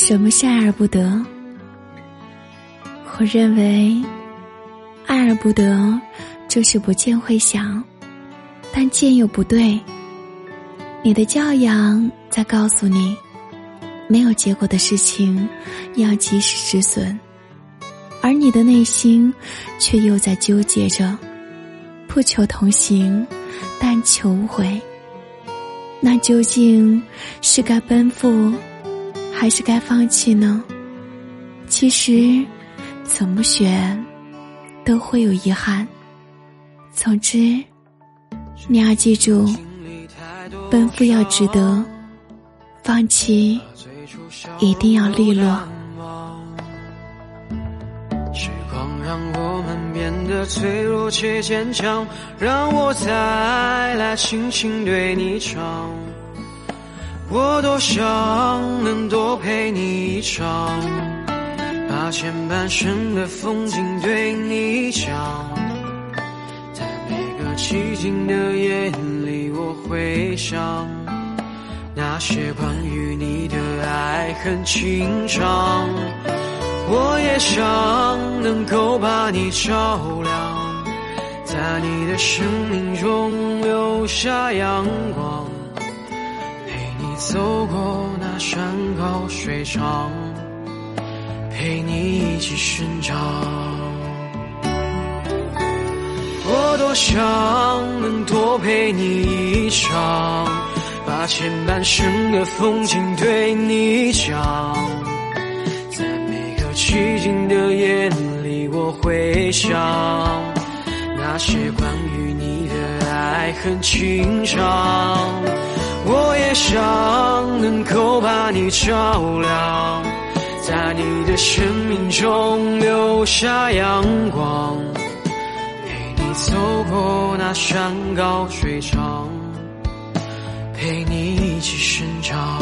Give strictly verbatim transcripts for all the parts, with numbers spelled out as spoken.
什么是爱而不得？我认为爱而不得就是不见会想，但见又不对。你的教养在告诉你，没有结果的事情要及时止损，而你的内心却又在纠结着，不求同行，但求无悔。那究竟是该奔赴，还是该放弃呢？其实怎么选都会有遗憾。总之，你要记住，奔赴要值得，放弃一定要利落。 时光让我们变得脆弱且坚强，让我再来轻轻对你唱，我多想能多陪你一场，把前半生的风景对你讲，在每个寂静的夜里我会想，那些关于你的爱很情长，我也想能够把你照亮，在你的生命中留下阳光，陪你走过那山高水长，陪你一起生长。我多想能多陪你一场，把前半生的风景对你讲，在每个寂静的夜里我会想，那些关于你的爱很情长，我也想能够把你照亮，在你的生命中留下阳光，陪你走过那山高水长，陪你一起生长。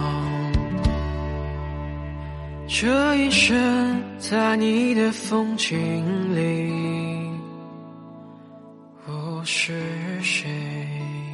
这一生在你的风景里，我是谁？